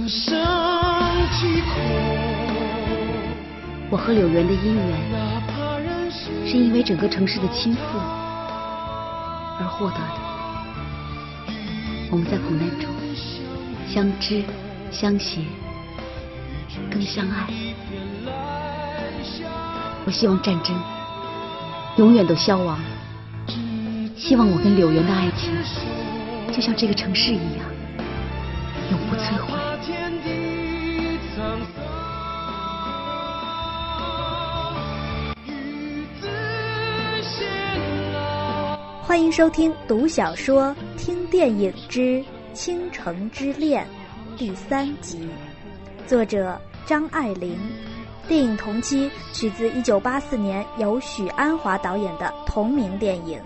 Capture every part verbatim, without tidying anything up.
生疾苦。 我和柳园的姻缘是因为整个城市的倾覆而获得的。我们在苦难中相知相携更相爱。我希望战争永远都消亡，希望我跟柳园的爱情就像这个城市一样永不摧毁。 欢迎收听读小说听电影之倾城之恋第三集，作者张爱玲。电影同期取自一九八四年由许鞍华导演的同名电影。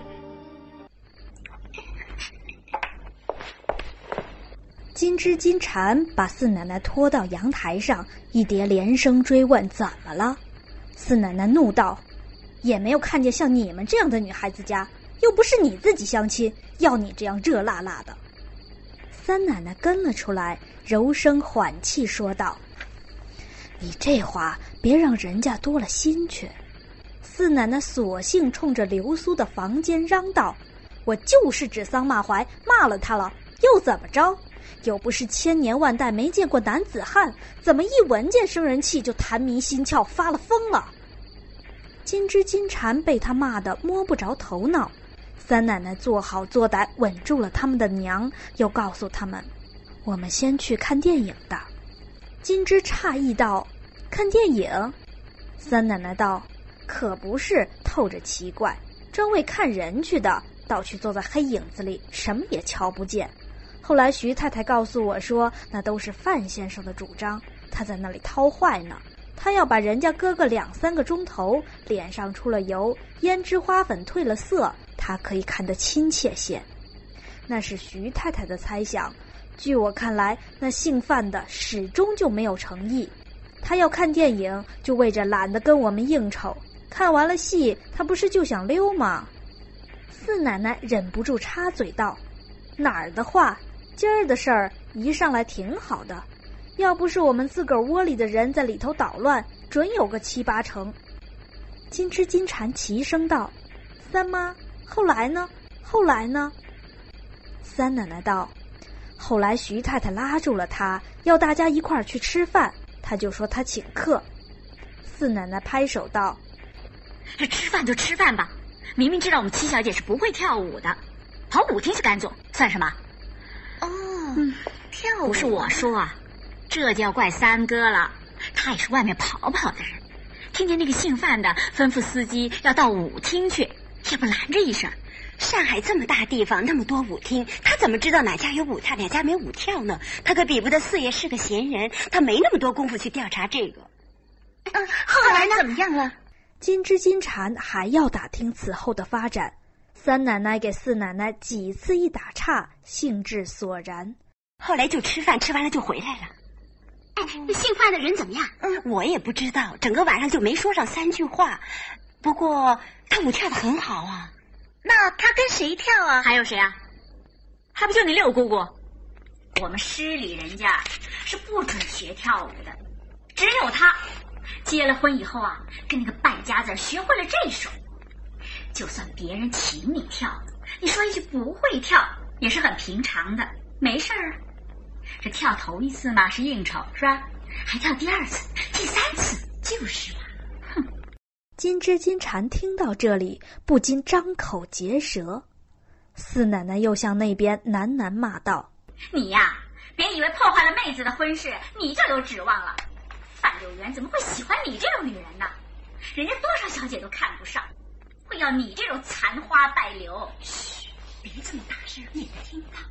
金枝金蝉把四奶奶拖到阳台上，一叠连声追问怎么了。四奶奶怒道：也没有看见像你们这样的女孩子家，又不是你自己相亲，要你这样热辣辣的。三奶奶跟了出来，柔声缓气说道：你这话别让人家多了心去。四奶奶索性冲着流苏的房间嚷道：我就是指桑骂槐，骂了他了，又怎么着？又不是千年万代没见过男子汉，怎么一闻见生人气就痰迷心窍，发了疯了？金枝金蝉被他骂得摸不着头脑。三奶奶做好做歹，稳住了他们的娘，又告诉他们：我们先去看电影的。金枝诧异道：看电影？三奶奶道：可不是，透着奇怪，专为看人去的，倒去坐在黑影子里，什么也瞧不见。后来徐太太告诉我说，那都是范先生的主张，他在那里掏坏呢，他要把人家搁个两三个钟头，脸上出了油，胭脂花粉褪了色，他可以看得亲切些。那是徐太太的猜想，据我看来，那姓范的始终就没有诚意。他要看电影，就为着懒得跟我们应酬，看完了戏，他不是就想溜吗？四奶奶忍不住插嘴道：哪儿的话，今儿的事儿一上来挺好的，要不是我们自个儿窝里的人在里头捣乱，准有个七八成。金枝金蝉齐声道：三妈，后来呢？后来呢？三奶奶道：后来徐太太拉住了他，要大家一块儿去吃饭，他就说他请客。四奶奶拍手道： 吃饭就吃饭吧，明明知道我们七小姐是不会跳舞的，跑舞厅是干做，算什么？ 哦， 嗯， 跳舞不是我说啊，这就要怪三哥了，他也是外面跑跑的人，听见那个姓范的吩咐司机要到舞厅去，也不拦着一声。 上海这么大地方，那么多舞厅，他怎么知道哪家有舞跳，哪家没舞跳呢？他可比不得四爷是个闲人，他没那么多功夫去调查这个。 嗯，后来呢？怎么样了？ 金枝金蝉还要打听此后的发展，三奶奶给四奶奶几次一打岔，兴致索然。 后来就吃饭，吃完了就回来了。 哎，那姓范的人怎么样？ 嗯，我也不知道，整个晚上就没说上三句话。不过他舞跳得很好啊。 那他跟谁跳啊？还有谁啊？还不就你六姑姑？我们师里人家是不准学跳舞的，只有他结了婚以后啊，跟那个败家子学会了这手。就算别人请你跳，你说一句不会跳也是很平常的，没事儿啊。这跳头一次嘛是应酬是吧？还跳第二次第三次就是嘛。哼！ 金枝金蝉听到这里不禁张口结舌。四奶奶又向那边喃喃骂道： 你呀，别以为破坏了妹子的婚事你就有指望了。范柳园怎么会喜欢你这种女人呢？人家多少小姐都看不上，会要你这种残花败柳。 嘘，别这么大声，免得听到。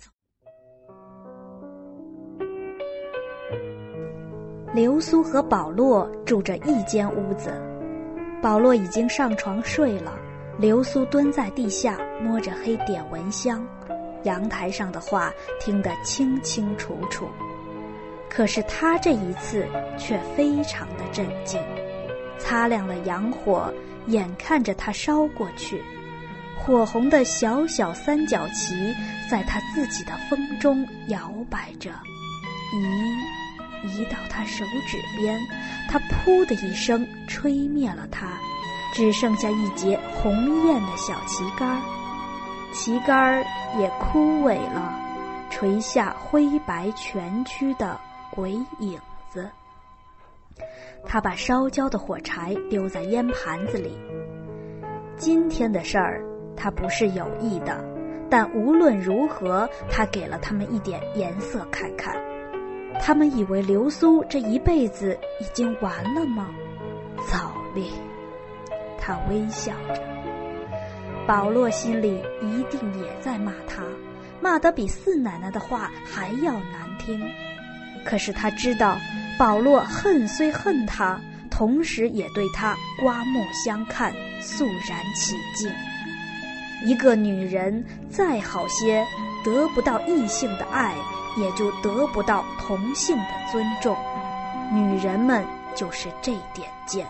流苏和保罗住着一间屋子，保罗已经上床睡了，流苏蹲在地下摸着黑点蚊香，阳台上的话听得清清楚楚。可是他这一次却非常的镇静，擦亮了洋火，眼看着它烧过去，火红的小小三角旗在他自己的风中摇摆着， 移移到他手指边，他噗的一声吹灭了它，只剩下一截红艳的小旗杆，旗杆也枯萎了，垂下灰白蜷曲的鬼影子。他把烧焦的火柴丢在烟盘子里。今天的事儿他不是有意的，但无论如何他给了他们一点颜色看看。他们以为流苏这一辈子已经完了吗？早哩。他微笑着。保罗心里一定也在骂他，骂得比四奶奶的话还要难听。可是他知道保罗恨虽恨他，同时也对他刮目相看，肃然起敬。一个女人再好些，得不到异性的爱，也就得不到同性的尊重。女人们就是这点贱。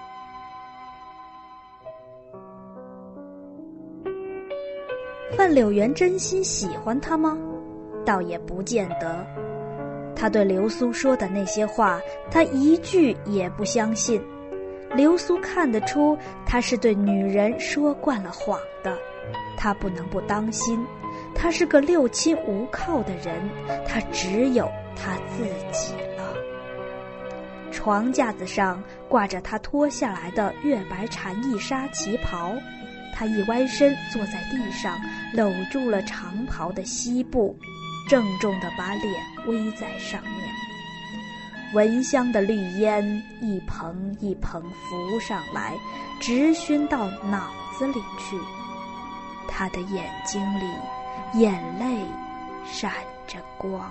范柳原真心喜欢他吗？倒也不见得。他对流苏说的那些话，他一句也不相信。流苏看得出他是对女人说惯了谎的，他不能不当心。他是个六亲无靠的人，他只有他自己了。床架子上挂着他脱下来的月白蝉翼纱旗袍，他一歪身坐在地上，搂住了长袍的膝部，郑重地把脸偎在上面。闻香的绿烟一蓬一蓬浮上来，直熏到脑子里去。他的眼睛里眼泪闪着光。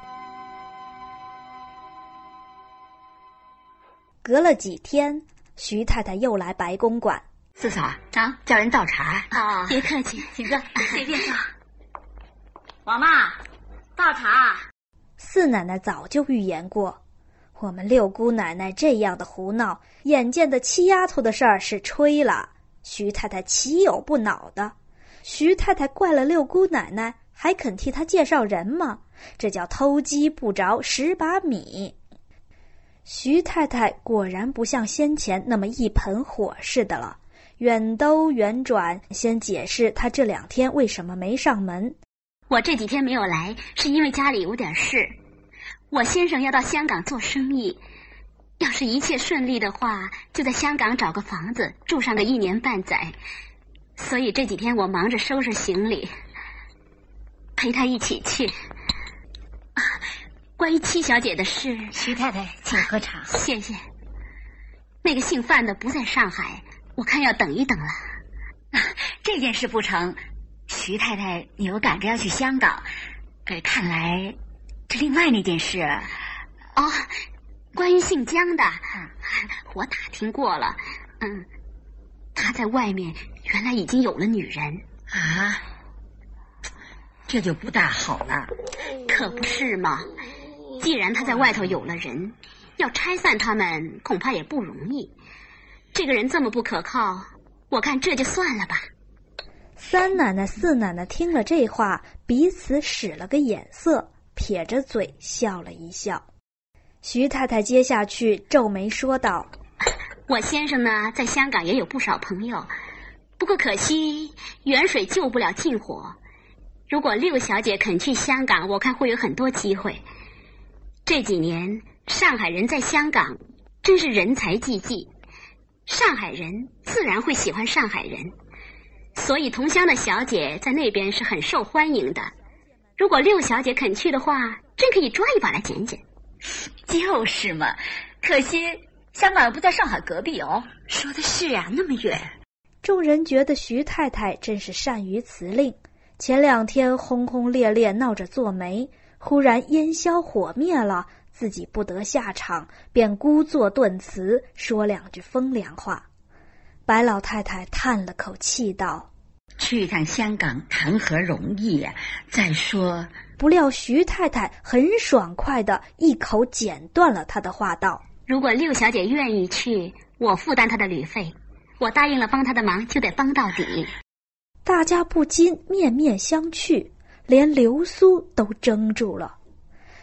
隔了几天，徐太太又来白公馆。 四嫂啊，叫人倒茶啊，别客气， 请坐，随便坐。王妈，倒茶。 四奶奶早就预言过，我们六姑奶奶这样的胡闹，眼见的七丫头的事儿是吹了，徐太太岂有不恼的？徐太太怪了六姑奶奶，还肯替她介绍人吗？这叫偷鸡不着蚀把米。徐太太果然不像先前那么一盆火似的了，远兜远转，先解释她这两天为什么没上门。 我这几天没有来，是因为家里有点事。我先生要到香港做生意，要是一切顺利的话，就在香港找个房子住上个一年半载。所以这几天我忙着收拾行李，陪他一起去。啊，关于七小姐的事， 徐太太请喝茶。 谢谢。那个姓范的不在上海，我看要等一等了。 啊，这件事不成，徐太太你又赶着要去香港，可看来这另外那件事…… 哦，关于姓江的，嗯，我打听过了，嗯，他在外面原来已经有了女人啊，这就不大好了。 可不是嘛，既然他在外头有了人，要拆散他们恐怕也不容易。这个人这么不可靠，我看这就算了吧。 三奶奶四奶奶听了这话，彼此使了个眼色，撇着嘴笑了一笑。徐太太接下去皱眉说道： 我先生呢，在香港也有不少朋友，不过可惜远水救不了近火。如果六小姐肯去香港，我看会有很多机会。这几年上海人在香港真是人才济济，上海人自然会喜欢上海人，所以同乡的小姐在那边是很受欢迎的。如果六小姐肯去的话，真可以抓一把来捡捡。 就是嘛，可惜香港不在上海隔壁哦。 说的是啊，那么远。 众人觉得徐太太真是善于辞令，前两天轰轰烈烈闹着做媒，忽然烟消火灭了，自己不得下场，便孤作顿辞，说两句风凉话。白老太太叹了口气道： 去一趟香港谈何容易呀、啊！再说， 不料徐太太很爽快地一口剪断了她的话道： 如果六小姐愿意去，我负担她的旅费，我答应了帮她的忙，就得帮到底。 大家不禁面面相觑，连流苏都怔住了。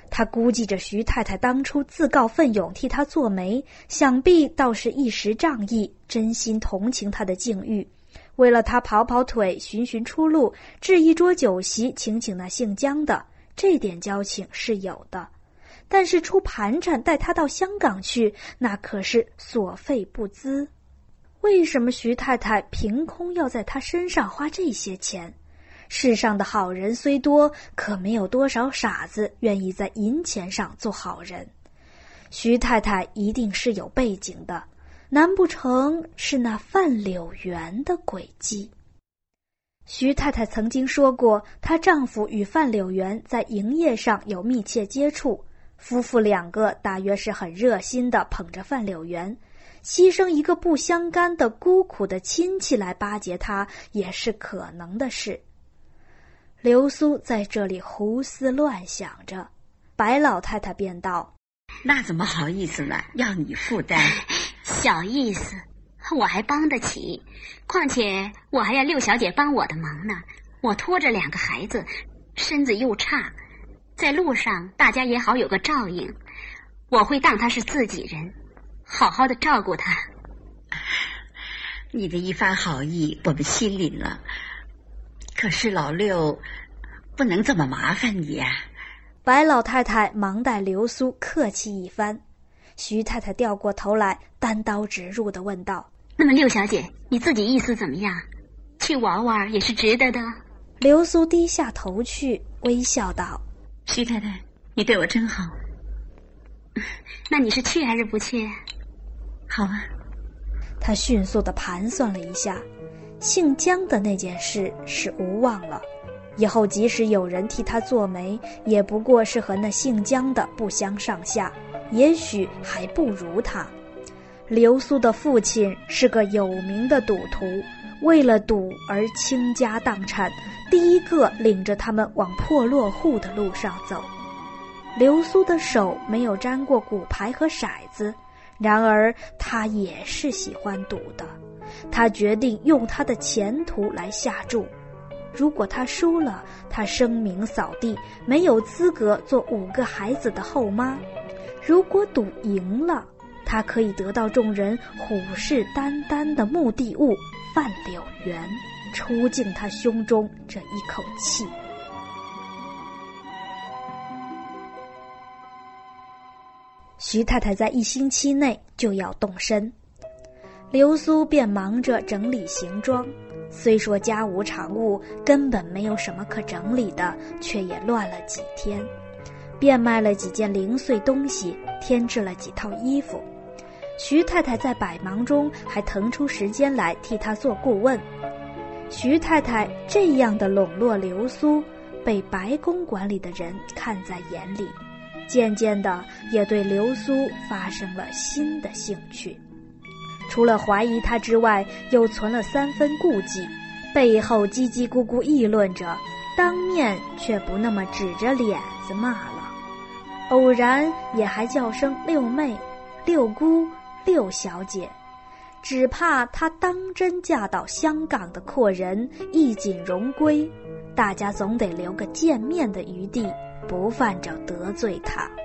他估计着徐太太当初自告奋勇替他做媒，想必倒是一时仗义，真心同情他的境遇，为了他跑跑腿，寻寻出路，置一桌酒席请请那姓姜的，这点交情是有的。但是出盘缠带他到香港去，那可是所费不赀。为什么徐太太凭空要在他身上花这些钱？世上的好人虽多，可没有多少傻子愿意在银钱上做好人。徐太太一定是有背景的，难不成是那范柳原的诡计？徐太太曾经说过，她丈夫与范柳原在营业上有密切接触，夫妇两个大约是很热心地捧着范柳原，牺牲一个不相干的孤苦的亲戚来巴结他，也是可能的事。刘苏在这里胡思乱想着，白老太太便道： 那怎么好意思呢？要你负担。 小意思，我还帮得起，况且我还要六小姐帮我的忙呢。我拖着两个孩子，身子又差，在路上大家也好有个照应，我会当他是自己人，好好的照顾他。 你的一番好意我们心领了，可是老六不能这么麻烦你啊。 白老太太忙带刘苏客气一番，徐太太掉过头来，单刀直入地问道： 那么六小姐，你自己意思怎么样？去玩玩也是值得的。 刘苏低下头去，微笑道： 徐太太，你对我真好。 那你是去还是不去？ 好啊。 她迅速地盘算了一下，姓姜的那件事是无望了，以后即使有人替他做媒，也不过是和那姓姜的不相上下，也许还不如他。刘苏的父亲是个有名的赌徒，为了赌而倾家荡产，第一个领着他们往破落户的路上走。刘苏的手没有沾过骨牌和骰子，然而他也是喜欢赌的。他决定用他的前途来下注，如果他输了，他声名扫地，没有资格做五个孩子的后妈；如果赌赢了，他可以得到众人虎视眈眈的目的物范柳原，出尽他胸中这一口气。徐太太在一星期内就要动身，刘苏便忙着整理行装，虽说家无常物，根本没有什么可整理的，却也乱了几天。变卖了几件零碎东西，添置了几套衣服。徐太太在百忙中还腾出时间来替她做顾问。徐太太这样的笼络刘苏，被白宫管理的人看在眼里，渐渐的也对刘苏发生了新的兴趣。除了怀疑他之外，又存了三分顾忌，背后叽叽咕咕议论着，当面却不那么指着脸子骂了，偶然也还叫声六妹、六姑、六小姐，只怕她当真嫁到香港的阔人，衣锦荣归，大家总得留个见面的余地，不犯着得罪她。